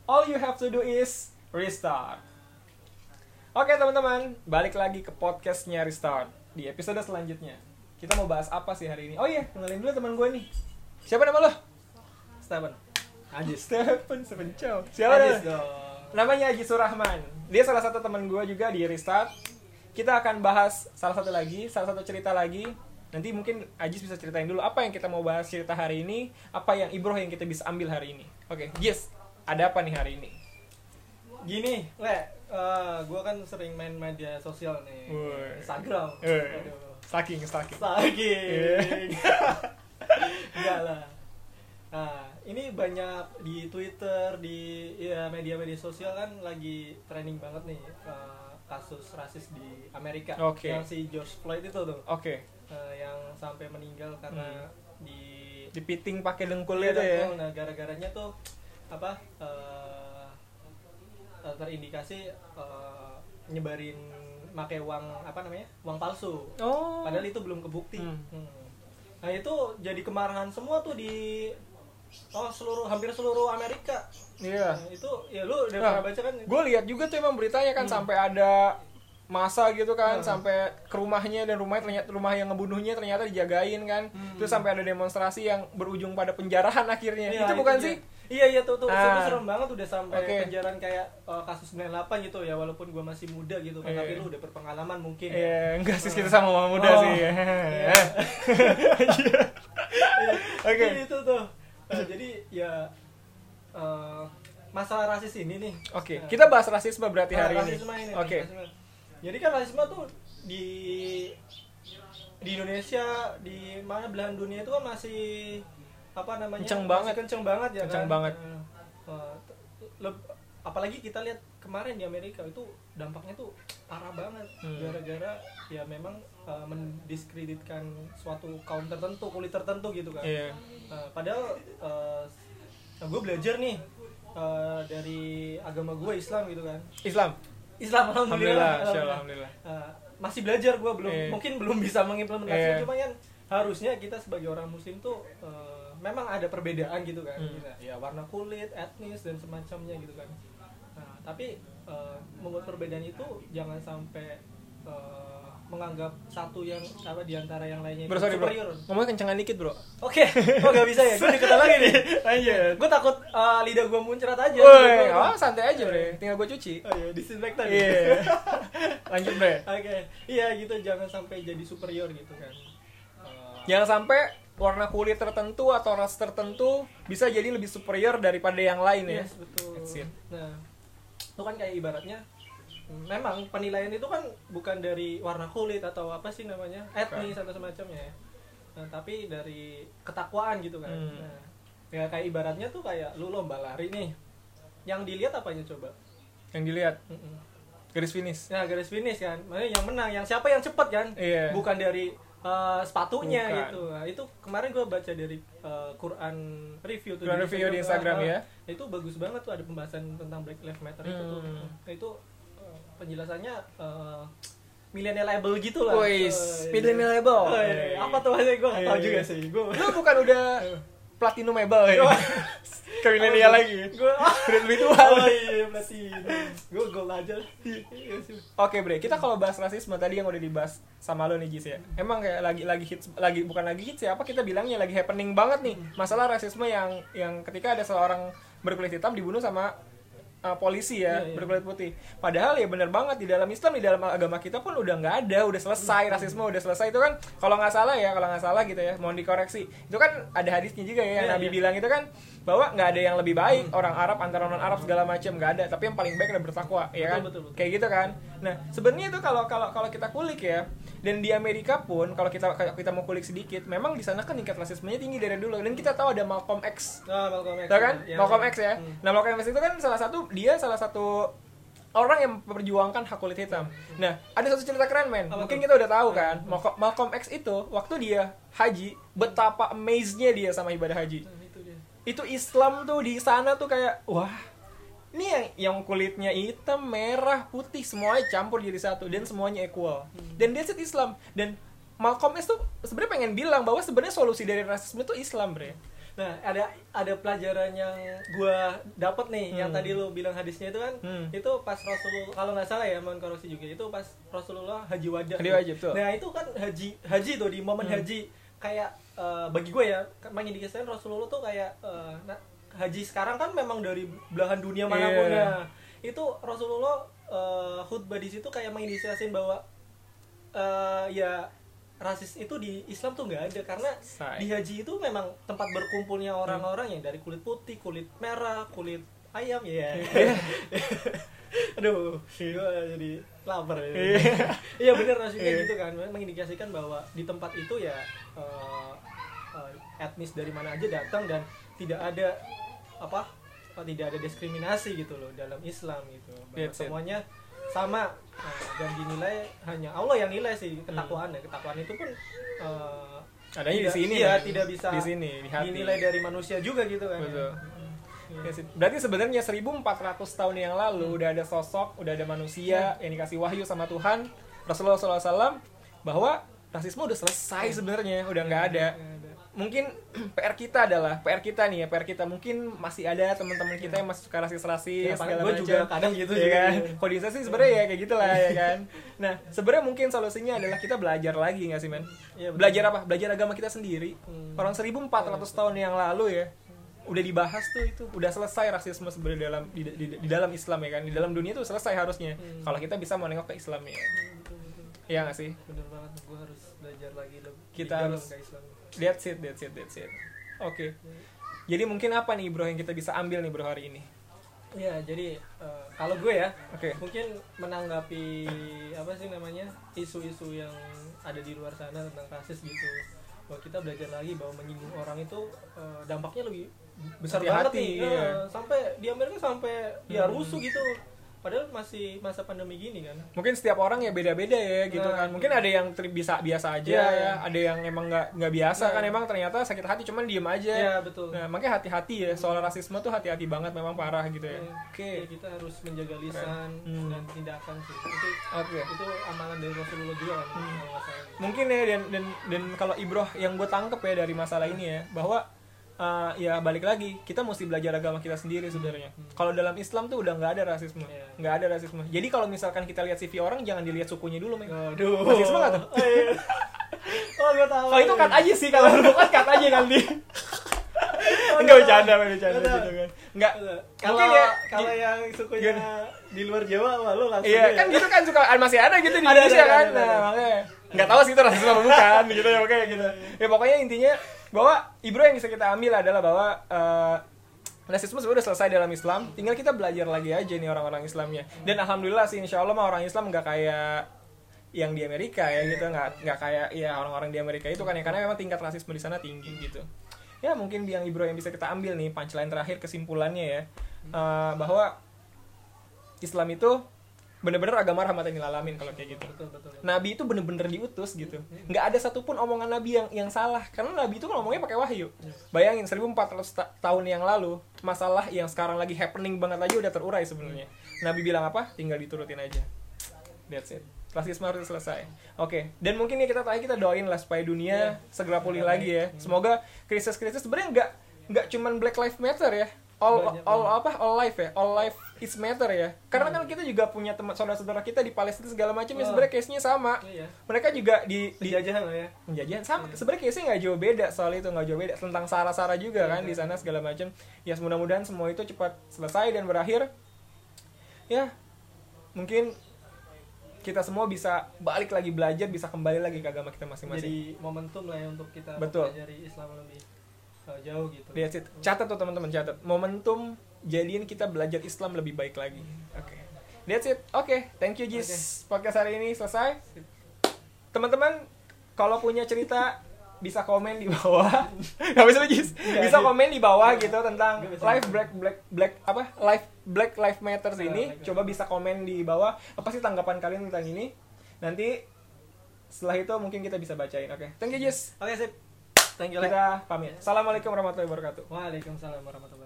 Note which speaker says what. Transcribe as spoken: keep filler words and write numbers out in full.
Speaker 1: all you have to do is restart. Oke teman-teman, balik lagi ke podcastnya Restart. Di episode selanjutnya kita mau bahas apa sih hari ini? Oh iya, kenalin dulu teman gue nih. Siapa nama lo?
Speaker 2: Stephen.
Speaker 1: Ajis. Stephen, Stephen Chow. Siapa
Speaker 2: Ajis
Speaker 1: dong?
Speaker 2: dong.
Speaker 1: Namanya Ajis Surahman. Dia salah satu teman gue juga di Restart. Kita akan bahas salah satu lagi, salah satu cerita lagi. Nanti mungkin Ajis bisa ceritain dulu apa yang kita mau bahas cerita hari ini, apa yang ibroh yang kita bisa ambil hari ini. Oke, Jis, ada apa nih hari ini?
Speaker 2: Gini, Le, uh, gue kan sering main media sosial nih.
Speaker 1: Woy.
Speaker 2: Instagram.
Speaker 1: Eh,
Speaker 2: Aduh.
Speaker 1: Stalking, stalking.
Speaker 2: Saking. Enggak lah. Nah, ini banyak di Twitter, di ya, media-media sosial kan lagi trending banget nih uh, kasus rasis di Amerika.
Speaker 1: Oke.
Speaker 2: Yang si George Floyd itu tuh.
Speaker 1: Oke.
Speaker 2: Uh, yang sampai meninggal karena
Speaker 1: Hmm.
Speaker 2: di
Speaker 1: Dipiting pakai dengkul
Speaker 2: Iya,
Speaker 1: itu ya.
Speaker 2: dengkul. Nah, gara-garanya tuh apa? Uh, uh, terindikasi uh, nyebarin pakai uang apa namanya? Uang palsu.
Speaker 1: Oh.
Speaker 2: Padahal itu belum kebukti.
Speaker 1: Hmm.
Speaker 2: Hmm. Nah, itu jadi kemarahan semua tuh di oh seluruh hampir seluruh Amerika.
Speaker 1: Iya.
Speaker 2: Nah, itu ya lu udah
Speaker 1: Nah,
Speaker 2: pernah baca kan?
Speaker 1: gue lihat juga tuh emang beritanya kan
Speaker 2: Hmm.
Speaker 1: sampai ada masa gitu kan,
Speaker 2: Hmm.
Speaker 1: sampai ke rumahnya dan rumahnya ternyata rumah yang ngebunuhnya ternyata dijagain kan.
Speaker 2: Hmm.
Speaker 1: Terus sampai ada demonstrasi yang berujung pada penjarahan akhirnya.
Speaker 2: Iya,
Speaker 1: itu bukan
Speaker 2: dia.
Speaker 1: sih?
Speaker 2: Iya iya tuh tuh
Speaker 1: Ah.
Speaker 2: itu serem banget udah sampai
Speaker 1: Oke.
Speaker 2: penjaraan kayak uh, kasus sembilan puluh delapan gitu ya walaupun gua masih muda gitu kan
Speaker 1: Iya.
Speaker 2: tapi lu udah berpengalaman mungkin.
Speaker 1: Iya, enggak sih
Speaker 2: Ah.
Speaker 1: kita sama mama muda
Speaker 2: Oh.
Speaker 1: sih.
Speaker 2: Iya.
Speaker 1: Oke.
Speaker 2: Jadi itu tuh. Uh, jadi ya uh, masalah rasis ini nih.
Speaker 1: Oke,
Speaker 2: Nah,
Speaker 1: kita bahas rasisme berarti
Speaker 2: nah,
Speaker 1: hari ini.
Speaker 2: rasisme ini.
Speaker 1: Oke.
Speaker 2: rasisme. Jadi kan rasisme tuh di di Indonesia di mana belahan dunia itu kan masih apa namanya?
Speaker 1: Kenceng
Speaker 2: masih
Speaker 1: banget.
Speaker 2: Kenceng banget ya
Speaker 1: Kenceng
Speaker 2: kan.
Speaker 1: banget.
Speaker 2: Uh, leb- apalagi kita lihat kemarin di Amerika itu dampaknya tuh parah banget
Speaker 1: Hmm.
Speaker 2: gara-gara ya memang uh, mendiskreditkan suatu kaum tertentu kulit tertentu gitu kan.
Speaker 1: Iya.
Speaker 2: Uh, padahal uh, gue belajar nih uh, dari agama gue Islam gitu kan.
Speaker 1: Islam.
Speaker 2: Alhamdulillah.
Speaker 1: Alhamdulillah, Alhamdulillah. Alhamdulillah.
Speaker 2: Uh, masih belajar gue belum
Speaker 1: Iya.
Speaker 2: mungkin belum bisa mengimplementasikan
Speaker 1: Iya.
Speaker 2: cuma kan harusnya kita sebagai orang muslim tuh uh, memang ada perbedaan gitu kan.
Speaker 1: Hmm.
Speaker 2: Ya warna kulit, etnis dan semacamnya gitu kan. Nah, tapi uh, membuat perbedaan itu jangan sampai uh, menganggap satu yang apa diantara yang lainnya
Speaker 1: Bro, sorry bro.
Speaker 2: superior.
Speaker 1: Ngomongnya kencengan dikit bro.
Speaker 2: Oke, oh gak bisa ya? Gue deketan lagi nih.
Speaker 1: Lanjut.
Speaker 2: Gue takut uh, lidah gue muncrat aja.
Speaker 1: Woi, oh santai aja bre. Tinggal gue cuci.
Speaker 2: Oh iya, disinfektan.
Speaker 1: Iya. Lanjut bre.
Speaker 2: Oke, iya gitu jangan sampai jadi superior gitu kan. Uh,
Speaker 1: Jangan sampai warna kulit tertentu atau ras tertentu bisa jadi lebih superior daripada yang lain ya.
Speaker 2: yes, betul.
Speaker 1: That's it.
Speaker 2: Nah, itu kan kayak ibaratnya memang penilaian itu kan bukan dari warna kulit atau apa sih namanya etnis atau semacamnya ya. Nah, tapi dari ketakwaan gitu kan.
Speaker 1: Hmm.
Speaker 2: Nah, ya kayak ibaratnya tuh kayak lu lomba lari nih. Yang dilihat apanya coba?
Speaker 1: Yang dilihat
Speaker 2: Mm-mm.
Speaker 1: garis finish.
Speaker 2: Nah, garis finish kan. Makanya yang menang, yang siapa yang cepat kan?
Speaker 1: Iya.
Speaker 2: Bukan dari uh, sepatunya
Speaker 1: Bukan.
Speaker 2: gitu. Nah, itu kemarin gue baca dari uh, Quran review tuh
Speaker 1: Quran review di Instagram
Speaker 2: Ah,
Speaker 1: ya.
Speaker 2: Itu bagus banget tuh ada pembahasan tentang Black Lives Matter itu tuh.
Speaker 1: Hmm.
Speaker 2: Nah, itu uh, penjelasannya uh, millennial gitu lah.
Speaker 1: Wis,
Speaker 2: Oh, iya.
Speaker 1: millennial-able.
Speaker 2: Oh, iya. Apa tuh maksudnya gue nggak tahu
Speaker 1: Iya.
Speaker 2: juga sih. Gue
Speaker 1: Lu bukan udah platinum-able ya? Ke milenial lagi.
Speaker 2: Gue
Speaker 1: Udah lebih tua.
Speaker 2: oh iya platinum. Gue gold aja. Iya sih.
Speaker 1: Oke bre, kita kalau bahas rasisme tadi yang udah dibahas sama lo nih Jis ya. Emang kayak lagi lagi hits, lagi bukan lagi hits ya, apa kita bilangnya lagi happening banget nih. Masalah rasisme yang yang ketika ada seorang berkulit hitam dibunuh sama uh, polisi ya,
Speaker 2: Iya, iya.
Speaker 1: berkulit putih. Padahal ya bener banget di dalam Islam, di dalam agama kita pun udah nggak ada, udah selesai rasisme, udah selesai. Itu kan kalau nggak salah ya, kalau nggak salah gitu ya, mohon dikoreksi. Itu kan ada hadisnya juga ya, yang
Speaker 2: Iya,
Speaker 1: Nabi
Speaker 2: iya.
Speaker 1: bilang itu kan bahwa nggak ada yang lebih baik orang Arab antara non Arab segala macam, nggak ada, tapi yang paling baik adalah bertakwa ya kan.
Speaker 2: Betul, betul, betul.
Speaker 1: Kayak gitu kan. Nah sebenarnya itu kalau kalau kalau kita kulik ya, dan di Amerika pun kalau kita kalau kita mau kulik sedikit, memang di sana kan tingkat rasismenya tinggi dari dulu. Dan kita tahu ada Malcolm X,
Speaker 2: Nah, Malcolm X.
Speaker 1: tahu kan?
Speaker 2: Yang-
Speaker 1: Malcolm X ya.
Speaker 2: Hmm.
Speaker 1: Nah Malcolm X itu kan salah satu dia salah satu orang yang memperjuangkan hak kulit hitam. Nah, ada satu cerita keren men.
Speaker 2: Apa
Speaker 1: Mungkin
Speaker 2: tuh?
Speaker 1: kita udah tahu kan. Malcolm, Malcolm X itu waktu dia haji, betapa amazed-nya dia sama ibadah haji.
Speaker 2: Nah, itu dia.
Speaker 1: Itu Islam tuh di sana tuh kayak wah, ini yang yang kulitnya hitam, merah, putih semuanya campur jadi satu dan semuanya equal. Dan that's it Islam. Dan Malcolm X tuh sebenarnya pengen bilang bahwa sebenarnya solusi dari rasisme itu Islam, bre.
Speaker 2: Nah, ada ada pelajaran yang gua dapat nih,
Speaker 1: Hmm.
Speaker 2: yang tadi lu bilang hadisnya itu kan,
Speaker 1: Hmm.
Speaker 2: itu pas Rasulullah, kalau nggak salah ya, mohon koreksi juga, itu pas Rasulullah haji wada.
Speaker 1: Haji wajib tuh.
Speaker 2: Nah, itu kan haji haji tuh di momen
Speaker 1: Hmm.
Speaker 2: haji kayak eh, bagi gue ya, mengindikasikan Rasulullah tuh kayak eh, nah, haji sekarang kan memang dari belahan dunia manapun
Speaker 1: Iya.
Speaker 2: ya. Itu Rasulullah eh, khutbah di situ kayak mengindikasikan bahwa eh, ya rasis itu di Islam tuh nggak ada, karena
Speaker 1: Say.
Speaker 2: di haji itu memang tempat berkumpulnya orang-orang yang dari kulit putih, kulit merah, kulit ayam ya. Aduh, gue jadi lapar ya. Iya bener, maksudnya
Speaker 1: Iya.
Speaker 2: gitu kan, mengindikasikan bahwa di tempat itu ya eh, eh, etnis dari mana aja datang dan tidak ada apa eh, tidak ada diskriminasi gitu loh dalam Islam gitu, bahwa
Speaker 1: That's it.
Speaker 2: semuanya sama. Nah, dan dinilai hanya Allah yang nilai sih ketakwaan ya. Ketakwaan itu pun eh,
Speaker 1: Adanya di
Speaker 2: tidak-
Speaker 1: sini,
Speaker 2: iya,
Speaker 1: men.
Speaker 2: tidak bisa
Speaker 1: Di sini, di hati.
Speaker 2: dinilai dari manusia juga gitu kan.
Speaker 1: Betul.
Speaker 2: Iya.
Speaker 1: Ya sih. Berarti sebenarnya seribu empat ratus tahun yang lalu
Speaker 2: Hmm.
Speaker 1: udah ada sosok, udah ada manusia yang dikasih wahyu sama Tuhan, Rasulullah shallallahu alaihi wasallam, bahwa rasisme udah selesai sebenarnya, udah nggak ada.
Speaker 2: Nggak ada.
Speaker 1: Mungkin P R kita adalah P R kita nih ya, P R kita mungkin masih ada teman-teman kita yang masih suka rasis-rasis
Speaker 2: Ya,
Speaker 1: segala
Speaker 2: gue
Speaker 1: macam.
Speaker 2: juga kadang gitu
Speaker 1: ya
Speaker 2: juga.
Speaker 1: kan. Kondisi sih sebenarnya ya kayak gitulah ya kan. Nah, sebenarnya mungkin solusinya adalah kita belajar lagi nggak sih, men?
Speaker 2: Iya, betul.
Speaker 1: Belajar apa? Belajar agama kita sendiri.
Speaker 2: Hmm.
Speaker 1: Orang seribu empat ratus tahun yang lalu ya, udah dibahas tuh itu, udah selesai rasisme sebenarnya dalam di, di, di dalam Islam ya kan. Di dalam dunia tuh selesai harusnya.
Speaker 2: Hmm.
Speaker 1: Kalau kita bisa mau nengok ke Islamnya.
Speaker 2: Betul, betul.
Speaker 1: Iya nggak sih?
Speaker 2: Bener banget, gue harus belajar lagi lebih
Speaker 1: Kita
Speaker 2: dalam
Speaker 1: harus-
Speaker 2: ke Islam.
Speaker 1: That's it, that's it, that's it. Oke. Jadi mungkin apa nih bro yang kita bisa ambil nih bro hari ini?
Speaker 2: Ya, jadi eh, kalau gue ya,
Speaker 1: Oke.
Speaker 2: mungkin menanggapi apa sih namanya isu-isu yang ada di luar sana tentang rasis gitu, bahwa kita belajar lagi bahwa menyinggung orang itu eh, dampaknya lebih besar banget
Speaker 1: Hati-hati,
Speaker 2: nih.
Speaker 1: iya.
Speaker 2: Eh, sampai di Amerika sampai ya
Speaker 1: Hmm.
Speaker 2: rusuh gitu, padahal masih masa pandemi gini kan.
Speaker 1: Mungkin setiap orang ya beda-beda ya gitu
Speaker 2: Nah,
Speaker 1: kan. Mungkin ada yang ter- bisa biasa aja
Speaker 2: Iya,
Speaker 1: ya,
Speaker 2: iya.
Speaker 1: ada yang emang nggak nggak biasa
Speaker 2: Nah.
Speaker 1: kan, emang ternyata sakit hati cuman diem aja.
Speaker 2: Ya betul.
Speaker 1: Nah, makanya hati-hati ya, soal rasisme tuh hati-hati banget, memang parah gitu ya.
Speaker 2: Ya,
Speaker 1: Oke.
Speaker 2: ya, kita harus menjaga lisan
Speaker 1: Hmm.
Speaker 2: dan tindakan sih. Itu
Speaker 1: Oke.
Speaker 2: itu amalan dari Rasulullah juga kan.
Speaker 1: Hmm.
Speaker 2: kalau nggak salah.
Speaker 1: Mungkin ya, dan dan dan kalau Ibroh yang gue tangkep ya dari masalah ini ya, bahwa uh, ya balik lagi kita mesti belajar agama kita sendiri sebenarnya.
Speaker 2: Hmm.
Speaker 1: Kalau dalam Islam tuh udah nggak ada rasisme,
Speaker 2: Iya.
Speaker 1: nggak ada rasisme. Jadi kalau misalkan kita lihat C V orang, jangan dilihat sukunya dulu, men.
Speaker 2: Aduh.
Speaker 1: Rasisme nggak tuh?
Speaker 2: Oh, iya. Oh, gue tahu.
Speaker 1: Kalau itu cut aja sih, kalau lu bukan cut aja nanti. Enggak bercanda, men, bercanda
Speaker 2: Nggak tahu.
Speaker 1: gitu kan. Enggak.
Speaker 2: Kalau
Speaker 1: Mungkin ya
Speaker 2: kalau
Speaker 1: gi-
Speaker 2: yang sukunya di luar Jawa, wah lu langsung.
Speaker 1: Iya,
Speaker 2: ya.
Speaker 1: kan gitu kan suka masih ada gitu di
Speaker 2: Ada,
Speaker 1: Indonesia
Speaker 2: ada,
Speaker 1: kan.
Speaker 2: ada, ada,
Speaker 1: Nah,
Speaker 2: ada.
Speaker 1: makanya enggak tahu sih itu rasisme apa bukan gitu ya, oke gitu. Ya pokoknya intinya bahwa Ibro yang bisa kita ambil adalah bahwa eh, rasisme sebenarnya udah selesai dalam Islam, tinggal kita belajar lagi aja nih orang-orang Islamnya. Dan alhamdulillah sih insya Allah mah orang Islam nggak kayak yang di Amerika ya gitu, nggak nggak kayak ya orang-orang di Amerika itu kan ya, karena memang tingkat rasisme di sana tinggi gitu. Ya mungkin yang Ibro yang bisa kita ambil nih punchline terakhir kesimpulannya ya, eh, bahwa Islam itu bener-bener agama rahmatan lil alamin kalau kayak gitu.
Speaker 2: Betul, betul, betul.
Speaker 1: Nabi itu bener-bener diutus gitu. Nggak ada satupun omongan Nabi yang yang salah. Karena Nabi itu kan ngomongnya pakai wahyu. Bayangin seribu empat ratus ta- tahun yang lalu, masalah yang sekarang lagi happening banget aja udah terurai sebenarnya. Nabi bilang apa? Tinggal diturutin aja. That's it. Rasisme harus selesai. Oke. Dan mungkin ya kita tadi kita doain lah supaya dunia segera pulih lagi ya. Semoga krisis-krisis sebenarnya nggak nggak cuman Black Lives Matter ya. All
Speaker 2: Banyak
Speaker 1: all
Speaker 2: banget.
Speaker 1: apa? All life ya. All life is matter ya. Karena kan kita juga punya teman saudara-saudara kita di Palestina segala macam ya,
Speaker 2: Oh.
Speaker 1: sebenarnya case-nya sama.
Speaker 2: Iya.
Speaker 1: Mereka juga di di
Speaker 2: Penjajahan lah ya.
Speaker 1: penjajahan sama, sebenarnya case-nya nggak jauh beda soal itu, nggak jauh beda tentang sara-sara juga kan di sana segala macam. Ya mudah-mudahan semua itu cepat selesai dan berakhir. Ya mungkin kita semua bisa balik lagi belajar, bisa kembali lagi ke agama kita masing-masing.
Speaker 2: Jadi momentum lah ya untuk kita
Speaker 1: Betul.
Speaker 2: mempelajari Islam lebih uh, jauh gitu.
Speaker 1: That's it. Catat tuh teman-teman, catat. Momentum jadiin kita belajar Islam lebih baik lagi. Oke. That's it. Oke, thank you Jis. Podcast hari ini selesai. Teman-teman, kalau punya cerita bisa komen di bawah. Enggak bisa Jis.
Speaker 2: Nggak,
Speaker 1: Bisa
Speaker 2: Jis.
Speaker 1: komen di bawah gitu tentang
Speaker 2: Nggak bisa.
Speaker 1: live black black black apa? Live Black Lives Matter
Speaker 2: Nggak,
Speaker 1: ini.
Speaker 2: nggak.
Speaker 1: Coba bisa komen di bawah. Apa sih tanggapan kalian tentang ini? Nanti setelah itu mungkin kita bisa bacain. Oke. Thank you Jis.
Speaker 2: Oke, sip. Thank you. Lek.
Speaker 1: Kita pamit. Assalamualaikum warahmatullahi wabarakatuh.
Speaker 2: Waalaikumsalam warahmatullahi wabarakatuh.